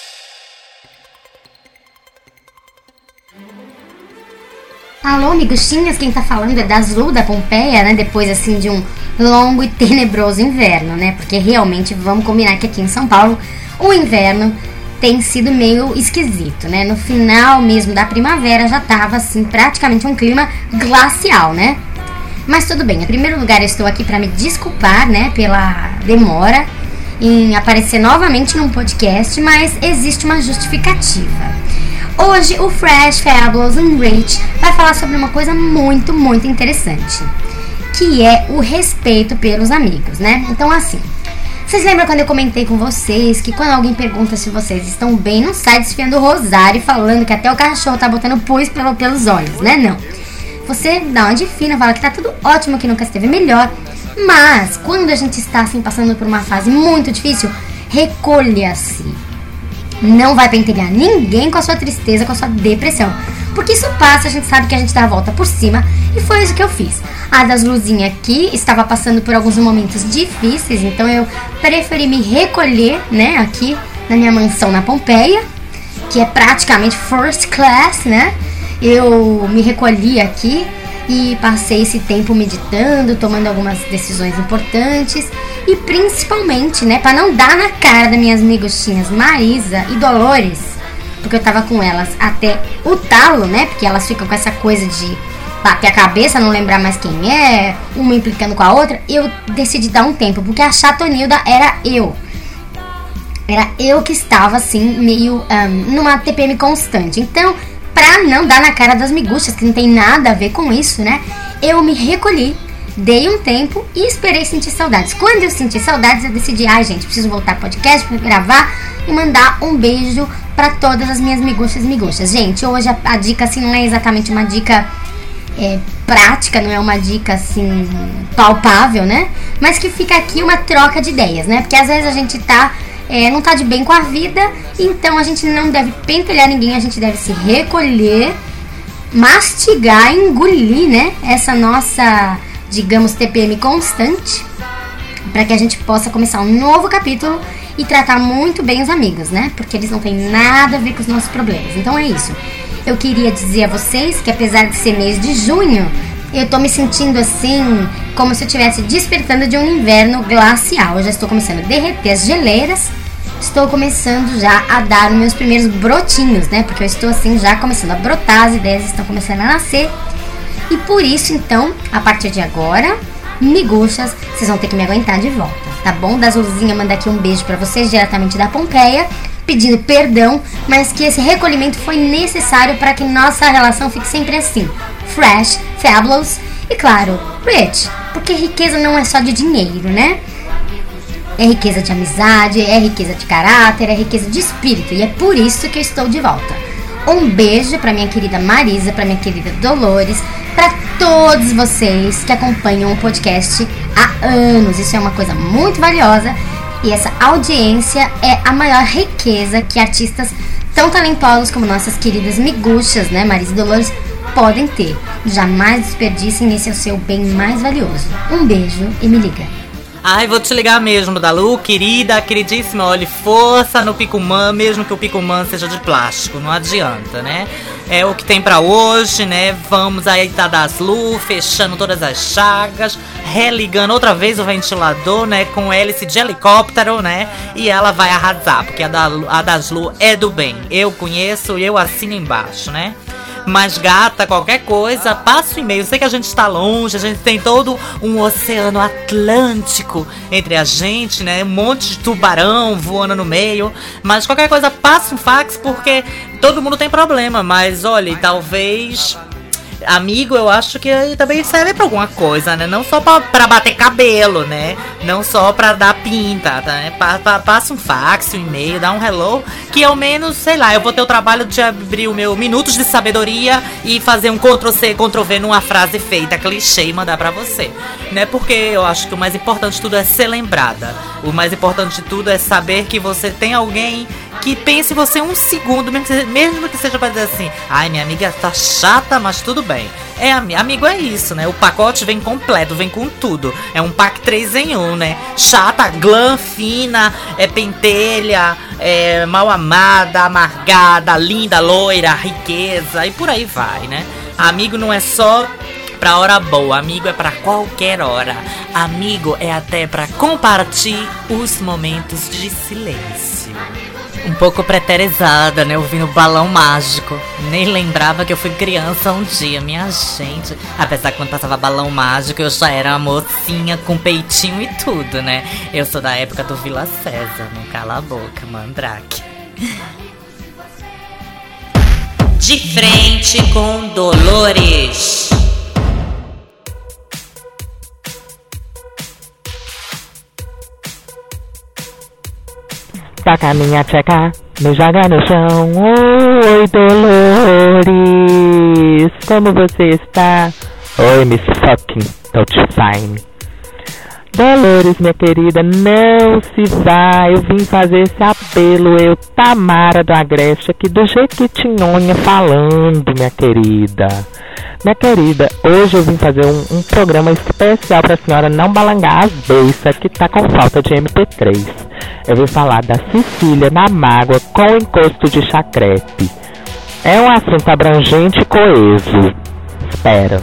Alô, amiguinhas, quem tá falando é da Zlu, da Pompeia, né? Depois, assim, de um longo e tenebroso inverno, né? Porque realmente, vamos combinar que aqui em São Paulo, o inverno tem sido meio esquisito, né? No final mesmo da primavera já tava, assim, praticamente um clima glacial, né? Mas tudo bem, em primeiro lugar eu estou aqui pra me desculpar, né? Pela demora em aparecer novamente num podcast, mas existe uma justificativa. Hoje o Fresh, Fabulous and Rich vai falar sobre uma coisa muito, muito interessante, que é o respeito pelos amigos, né? Então assim, vocês lembram quando eu comentei com vocês que quando alguém pergunta se vocês estão bem, não sai desfiando o rosário e falando que até o cachorro tá botando pus pelo, pelos olhos, né? Não. Você dá uma de fina, fala que tá tudo ótimo, que nunca esteve melhor. Mas quando a gente está assim passando por uma fase muito difícil, recolha-se. Não vai pentelhar ninguém com a sua tristeza, com a sua depressão. Porque isso passa, a gente sabe que a gente dá a volta por cima. E foi isso que eu fiz. A das Luzinha aqui estava passando por alguns momentos difíceis, então eu preferi me recolher, né, aqui na minha mansão na Pompeia, que é praticamente first class, né? Eu me recolhi aqui e passei esse tempo meditando, tomando algumas decisões importantes. E principalmente, né, pra não dar na cara das minhas amiguinhas Marisa e Dolores, porque eu tava com elas até o talo, né, porque elas ficam com essa coisa de bater a cabeça, não lembrar mais quem é, uma implicando com a outra. Eu decidi dar um tempo, porque a chatonilda era eu. Era eu que estava, assim, meio um, numa T P M constante. Então, pra não dar na cara das miguxas, que não tem nada a ver com isso, né, eu me recolhi. Dei um tempo e esperei sentir saudades. Quando eu senti saudades, eu decidi, ai, gente, preciso voltar ao podcast pra gravar e mandar um beijo pra todas as minhas miguxas e miguxas. Gente, hoje a, a dica, assim, não é exatamente uma dica é, prática, não é uma dica, assim, palpável, né? Mas que fica aqui uma troca de ideias, né? Porque às vezes a gente tá, é, não tá de bem com a vida, então a gente não deve pentelhar ninguém, a gente deve se recolher, mastigar, engolir, né? Essa nossa, digamos, T P M constante, para que a gente possa começar um novo capítulo e tratar muito bem os amigos, né? Porque eles não têm nada a ver com os nossos problemas. Então é isso. Eu queria dizer a vocês que apesar de ser mês de junho, eu tô me sentindo assim, como se eu estivesse despertando de um inverno glacial. Eu já estou começando a derreter as geleiras, estou começando já a dar os meus primeiros brotinhos, né? Porque eu estou assim já começando a brotar, as ideias estão começando a nascer. E por isso, então, a partir de agora, miguxas, vocês vão ter que me aguentar de volta, tá bom? Da Zulzinha manda aqui um beijo pra vocês, diretamente da Pompeia, pedindo perdão, mas que esse recolhimento foi necessário para que nossa relação fique sempre assim, fresh, fabulous e, claro, rich, porque riqueza não é só de dinheiro, né? É riqueza de amizade, é riqueza de caráter, é riqueza de espírito, e é por isso que eu estou de volta. Um beijo pra minha querida Marisa, pra minha querida Dolores, pra todos vocês que acompanham o podcast há anos. Isso é uma coisa muito valiosa e essa audiência é a maior riqueza que artistas tão talentosos como nossas queridas miguxas, né, Marisa e Dolores, podem ter. Jamais desperdicem, esse é o seu bem mais valioso. Um beijo e me liga. Ai, vou te ligar mesmo, Dalu, querida, queridíssima. Olha, força no Picumã, mesmo que o Picumã seja de plástico, não adianta, né? É o que tem pra hoje, né? Vamos aí, tá das Lu, fechando todas as chagas, religando outra vez o ventilador, né? Com hélice de helicóptero, né? E ela vai arrasar, porque a, da, a das Lu é do bem. Eu conheço e eu assino embaixo, né? Mas gata, qualquer coisa, passa o e-mail. Eu sei que a gente está longe, a gente tem todo um oceano Atlântico entre a gente, né? Um monte de tubarão voando no meio. Mas qualquer coisa, passa um fax, porque todo mundo tem problema. Mas olha, talvez... Amigo, eu acho que também serve pra alguma coisa, né? Não só pra, pra bater cabelo, né? Não só pra dar pinta, né? Pa, pa, passa um fax, um e-mail, dá um hello, que ao menos, sei lá, eu vou ter o trabalho de abrir o meu Minutos de Sabedoria e fazer um control C, control V numa frase feita, clichê, e mandar pra você, né? Porque eu acho que o mais importante de tudo é ser lembrada. O mais importante de tudo é saber que você tem alguém que pense em você um segundo, mesmo que, mesmo que seja pra dizer assim: ai, minha amiga tá chata, mas tudo bem. É, amigo, é isso, né? O pacote vem completo, vem com tudo. É um pack três em um, né? Chata, glam, fina, é pentelha, é mal amada, amargada, linda, loira, riqueza, e por aí vai, né? Amigo não é só pra hora boa, amigo é pra qualquer hora. Amigo é até pra compartilhar os momentos de silêncio. Um pouco preterizada, né? Ouvindo Balão Mágico. Nem lembrava que eu fui criança um dia, minha gente. Apesar que quando passava Balão Mágico eu já era uma mocinha com peitinho e tudo, né? Eu sou da época do Vila César. Não cala a boca, Mandrake. De frente com Dolores. Taca minha tcheca, me joga no chão. Oi, Dolores, como você está? Oi, Miss Fucking Touchfine. Dolores, minha querida, não se vá. Eu vim fazer esse apelo, eu, Tamara do Agreste, aqui do Jequitinhonha falando, minha querida. Minha querida, hoje eu vim fazer um, um programa especial pra senhora não balangar as beiças que tá com falta de M P três. Eu vim falar da Cecília na mágoa com encosto de chacrete. É um assunto abrangente e coeso. Espera.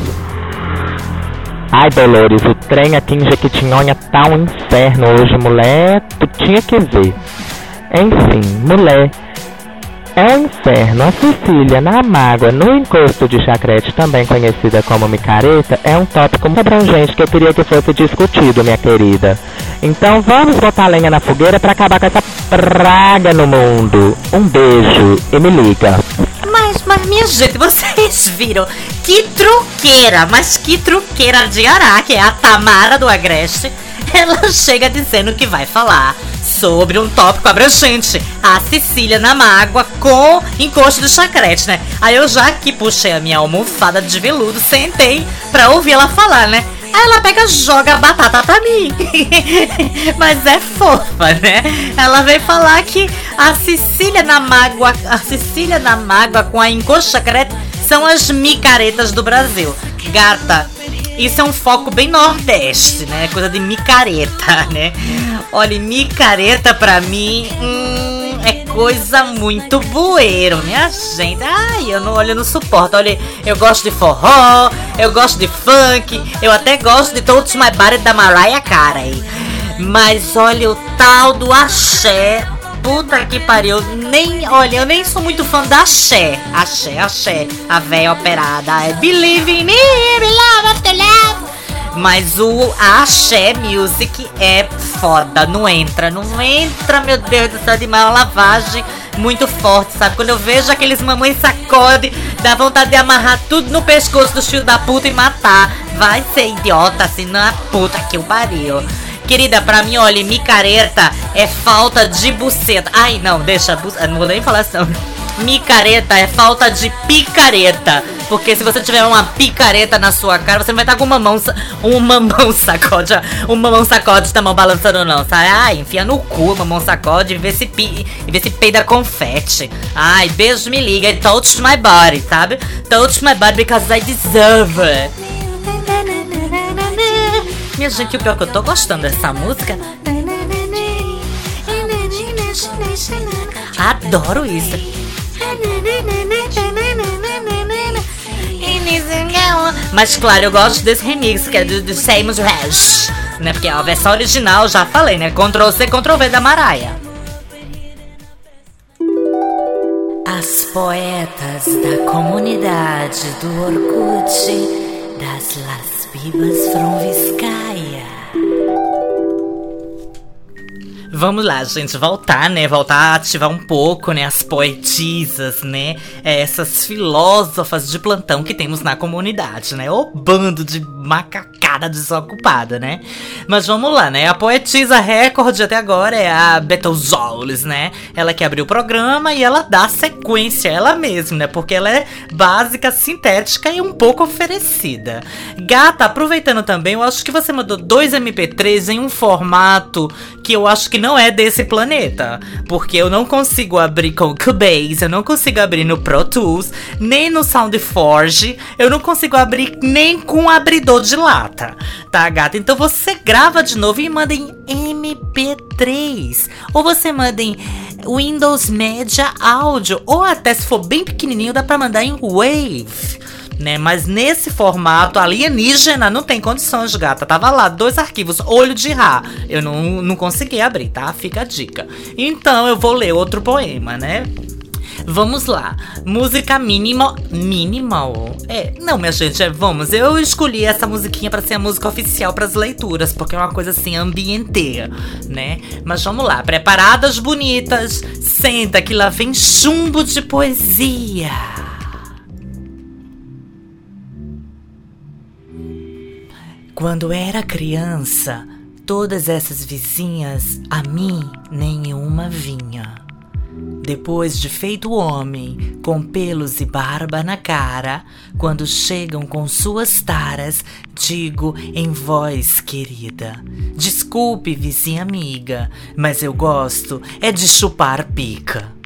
Ai, Dolores, o trem aqui em Jequitinhonha tá um inferno hoje, mulher. Tu tinha que ver. Enfim, mulher, é um inferno. A Cecília na mágoa, no encosto de chacrete, também conhecida como micareta, é um tópico muito abrangente que eu queria que fosse discutido, minha querida. Então vamos botar lenha na fogueira pra acabar com essa praga no mundo. Um beijo e me liga. Mas, mas minha gente, vocês viram que truqueira, mas que truqueira de Ará, que é a Tamara do Agreste. Ela chega dizendo que vai falar sobre um tópico abrangente, a Cecília na mágoa com encosto do chacrete, né? Aí eu já que puxei a minha almofada de veludo, sentei pra ouvir ela falar, né? Aí ela pega e joga a batata pra mim. Mas é fofa, né? Ela veio falar que a Cecília na mágoa, a Cecília na mágoa com a encosto chacrete são as micaretas do Brasil. Gata, isso é um foco bem nordeste, né? Coisa de micareta, né? Olha, micareta pra mim hum, é coisa muito bueiro, minha gente. Ai, eu não, olha, eu não suporto. Olha, eu gosto de forró, eu gosto de funk, eu até gosto de Touch My Body da Mariah Carey. Mas olha, o tal do axé, puta que pariu, nem, olha, eu nem sou muito fã da axé. Axé, axé, a véia operada, é Believe in me, love after love. Mas o axé music é foda, não entra, não entra, meu Deus do céu, de uma lavagem muito forte, sabe? Quando eu vejo aqueles mamães sacode, dá vontade de amarrar tudo no pescoço do filho da puta e matar. Vai ser idiota assim, na puta que o pariu. Querida, pra mim, olha, micareta é falta de buceta. Ai, não, deixa, buceta, não vou nem falar assim. Micareta é falta de picareta. Porque se você tiver uma picareta na sua cara, você não vai estar com um mamão, um mamão sacode, um mamão sacode da mão balançando não, sabe? Ai, enfia no cu, mamão sacode e vê se, pi, e vê se peida confete. Ai, beijo, me liga, touch my body, sabe? Touch my body because I deserve it. Minha gente, o pior é que eu tô gostando dessa música. Adoro isso. Mas claro, eu gosto desse remix, que é do, do Seamus Rush, né? Porque a versão original, já falei, né? Ctrl C, Ctrl V da Mariah. As poetas da comunidade do Orkut das Las Bibas from Vizcaya. Vamos lá, gente, voltar, né? Voltar a ativar um pouco, né? As poetisas, né? É, essas filósofas de plantão que temos na comunidade, né? O bando de macacada desocupada, né? Mas vamos lá, né? A poetisa recorde até agora é a Beatles, né? Ela que abriu o programa e ela dá sequência, ela mesma, né? Porque ela é básica, sintética e um pouco oferecida. Gata, aproveitando também, eu acho que você mandou dois M P três em um formato que eu acho que não é desse planeta, porque eu não consigo abrir com o Cubase, eu não consigo abrir no Pro Tools, nem no SoundForge, eu não consigo abrir nem com um abridor de lata, tá, gata? Então você grava de novo e manda em M P três, ou você manda em Windows Media Audio, ou até se for bem pequenininho dá pra mandar em Wave, né? Mas nesse formato alienígena não tem condições, gata. Tava lá, dois arquivos, olho de Rá. Eu não, não consegui abrir, tá? Fica a dica. Então eu vou ler outro poema, né? Vamos lá. Música minimal. Minimal? É, não, minha gente, é, vamos. Eu escolhi essa musiquinha pra ser a música oficial pras leituras, porque é uma coisa assim, ambienteira, né? Mas vamos lá. Preparadas, bonitas? Senta que lá vem chumbo de poesia. Quando era criança, todas essas vizinhas, a mim nenhuma vinha. Depois de feito homem, com pelos e barba na cara, quando chegam com suas taras, digo em voz querida: desculpe, vizinha amiga, mas eu gosto é de chupar pica.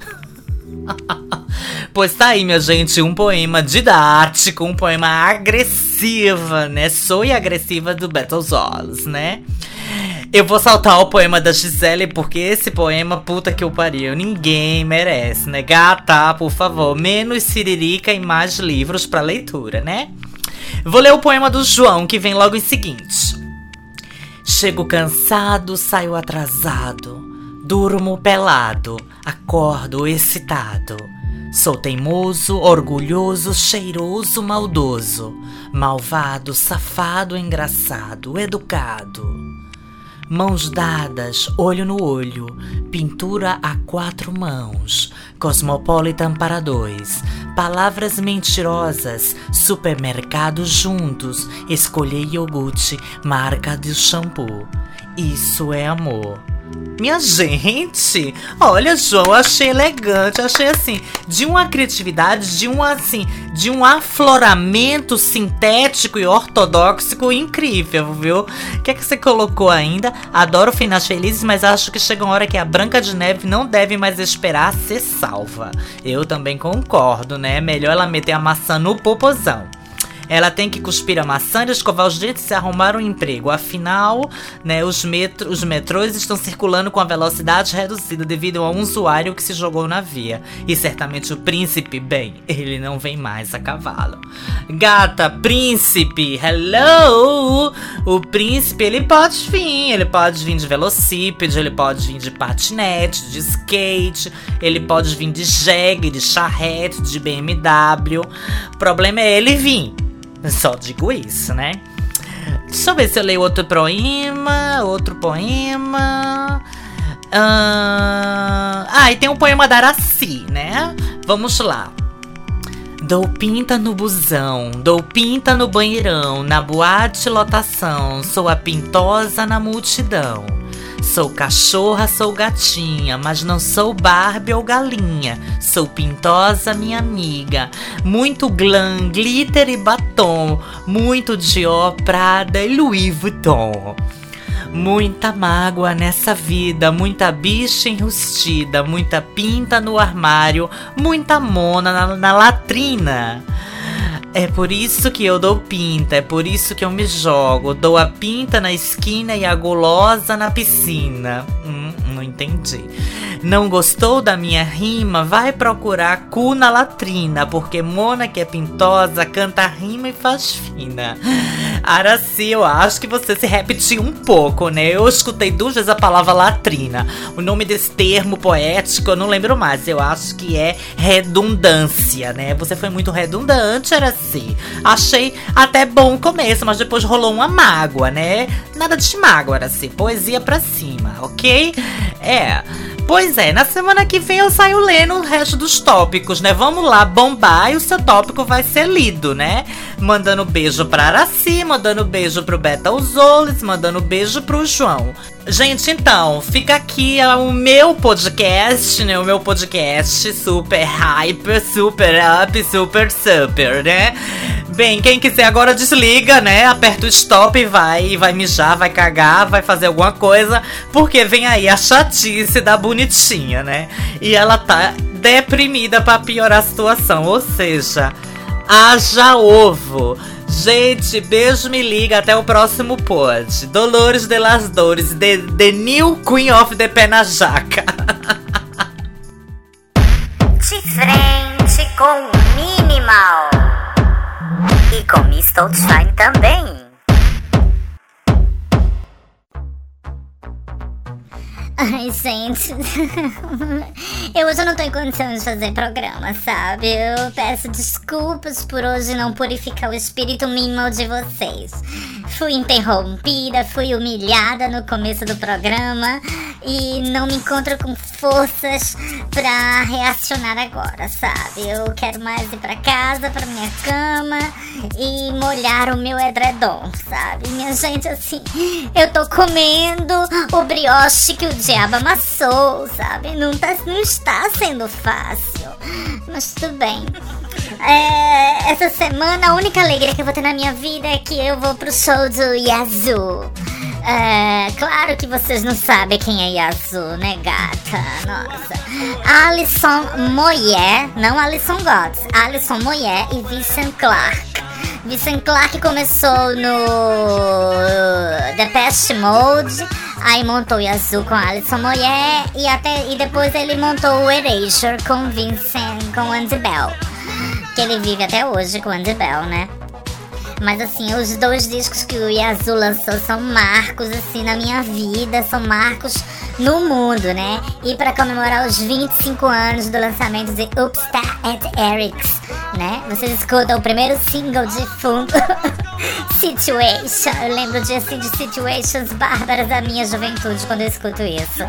Pois tá aí, minha gente, um poema didático, um poema agressiva, né? Sou e agressiva do Beatles, né? Eu vou saltar o poema da Gisele, porque esse poema, puta que eu pariu, ninguém merece, né? Gata, por favor, menos siririca e mais livros pra leitura, né? Vou ler o poema do João, que vem logo em seguinte. Chego cansado, saio atrasado, durmo pelado, acordo excitado. Sou teimoso, orgulhoso, cheiroso, maldoso, malvado, safado, engraçado, educado. Mãos dadas, olho no olho, pintura a quatro mãos, Cosmopolitan para dois, palavras mentirosas, supermercado juntos, escolher iogurte, marca de shampoo. Isso é amor. Minha gente, olha, João, achei elegante, achei assim, de uma criatividade, de um assim, de um afloramento sintético e ortodoxo incrível, viu? O que é que você colocou ainda? Adoro finais felizes, mas acho que chega uma hora que a Branca de Neve não deve mais esperar ser salva. Eu também concordo, né? Melhor ela meter a maçã no popozão. Ela tem que cuspir a maçã e escovar os dentes e arrumar um emprego. Afinal, né, os, metro, os metrôs estão circulando com a velocidade reduzida devido a um usuário que se jogou na via. E certamente o príncipe, bem, ele não vem mais a cavalo. Gata, príncipe, hello! O príncipe, ele pode vir. Ele pode vir de velocípede, ele pode vir de patinete, de skate, ele pode vir de jegue, de charrete, de B M W. O problema é ele vir. Só digo isso, né? Deixa eu ver se eu leio outro poema. Outro poema. Ah, ah, e tem um poema da Araci, né? Vamos lá. Dou pinta no busão, dou pinta no banheirão, na boate lotação, sou a pintosa na multidão. Sou cachorra, sou gatinha, mas não sou Barbie ou galinha. Sou pintosa, minha amiga. Muito glam, glitter e batom. Muito Dior, Prada e Louis Vuitton. Muita mágoa nessa vida, muita bicha enrustida, muita pinta no armário, muita mona na, na latrina. É por isso que eu dou pinta, é por isso que eu me jogo. Dou a pinta na esquina e a gulosa na piscina. Hum, não entendi. Não gostou da minha rima? Vai procurar cu na latrina, porque Mona, que é pintosa, canta rima e faz fina. Araci, eu acho que você se repetiu um pouco, né? Eu escutei duas vezes a palavra latrina. O nome desse termo poético eu não lembro mais. Eu acho que é redundância, né? Você foi muito redundante, Araci. Achei até bom o começo, mas depois rolou uma mágoa, né? Nada de mágoa, Araci. Poesia pra cima, ok? É... Pois é, na semana que vem eu saio lendo o resto dos tópicos, né? Vamos lá bombar e o seu tópico vai ser lido, né? Mandando beijo pra Araci, mandando beijo pro Beta Uzoles, mandando beijo pro João. Gente, então, fica aqui o meu podcast, né? O meu podcast super hyper, super up, super super, né? Bem, quem quiser agora desliga, né? Aperta o stop e vai, vai mijar, vai cagar, vai fazer alguma coisa, porque vem aí a chatice da bonitinha, né? E ela tá deprimida pra piorar a situação, ou seja, haja ovo. Gente, beijo, me liga, até o próximo pod. Dolores de las Dores, the, the new queen of the pé na jaca. De frente com o Minimal. E com Miss Toadshine também. Ai, gente, eu hoje não tô em condição de fazer programa, sabe? Eu peço desculpas por hoje não purificar o espírito minimal de vocês. Fui interrompida, fui humilhada no começo do programa e não me encontro com forças pra reacionar agora, sabe? Eu quero mais ir pra casa, pra minha cama e molhar o meu edredom, sabe? Minha gente, assim, eu tô comendo o brioche que o diabo amassou, sabe? Não, tá, não está sendo fácil, mas tudo bem. É, essa semana a única alegria que eu vou ter na minha vida é que eu vou pro show do Yazoo. É, claro que vocês não sabem quem é Yazoo, né, gata? Nossa. Alison Moyet, não Alison Gods, Alison Moyet e Vincent Clark. Vincent Clark começou no Depeche Mode, aí montou o Yazoo com Alison Moyet e, até, e depois ele montou o Erasure com Vincent, com Andy Bell, que ele vive até hoje com Andy Bell, né? Mas assim, os dois discos que o Yazoo lançou são marcos assim na minha vida, são marcos no mundo, né? E pra comemorar os vinte e cinco anos do lançamento de Upstart at Eric's, né? Vocês escutam o primeiro single de fundo, Situation. Eu lembro de, assim, de situations bárbaras da minha juventude quando eu escuto isso.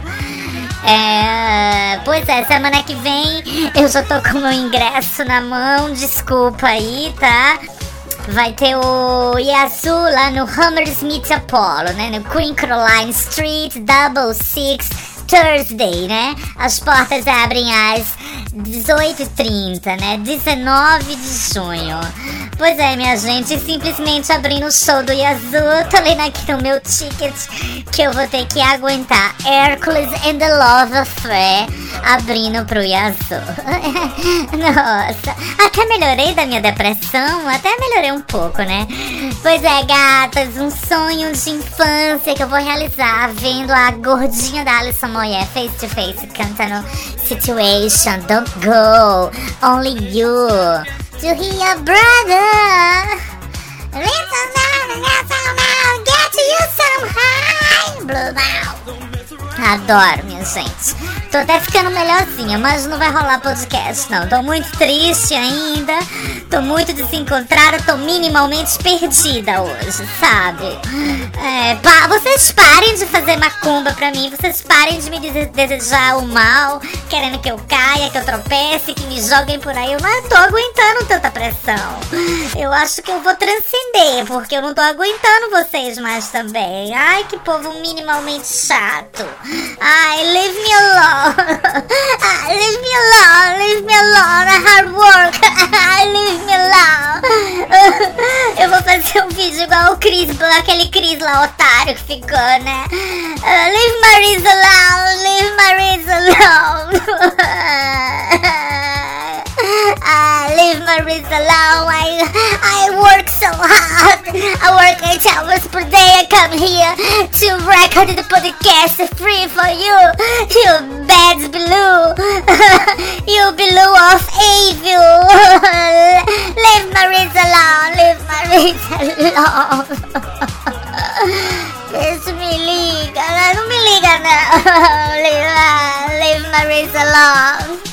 É, pois é, semana que vem eu já tô com o meu ingresso na mão, desculpa aí, tá? Vai ter o Yazoo lá no Hammersmith Apollo, né? No Queen Caroline Street, Double Six, Thursday, né? As portas abrem às dezoito e trinta, né? dezenove de junho. Pois é, minha gente, simplesmente abrindo o show do Yazoo, tô lendo aqui no meu ticket que eu vou ter que aguentar Hercules and the Love Affair abrindo pro Yazoo. Nossa, até melhorei da minha depressão, até melhorei um pouco, né? Pois é, gatas, um sonho de infância que eu vou realizar vendo a gordinha da Alison Moyet face to face cantando Situation, Don't Go, Only You. To hear your brother. Listen down, get to you somehow. Blue now. Adoro, minha gente. Tô até ficando melhorzinha, mas não vai rolar podcast, não. Tô muito triste ainda. Tô muito desencontrada. Tô minimamente perdida hoje, sabe? É, pá, vocês parem de fazer macumba pra mim. Vocês parem de me desejar o mal, querendo que eu caia, que eu tropece, que me joguem por aí. Eu não tô aguentando tanta pressão. Eu acho que eu vou transcender, porque eu não tô aguentando vocês mais também. Ai, que povo minimamente chato. Ai, leave me alone. Ai, leave me alone. Leave me alone. I hard work. Ai, leave me alone. Eu vou fazer um vídeo igual o Chris, aquele Chris lá, otário que ficou, né? Uh, leave Marisa alone. Leave Marisa alone. Uh, leave Marisa alone. I, I work so hard. I work eight hours per day. I come here to record the podcast free for you. You bad Bilou. You Bilou of evil. Leave Marisa alone. Leave Marisa alone. Isso me liga. Não me liga não. Leave, leave Marisa alone.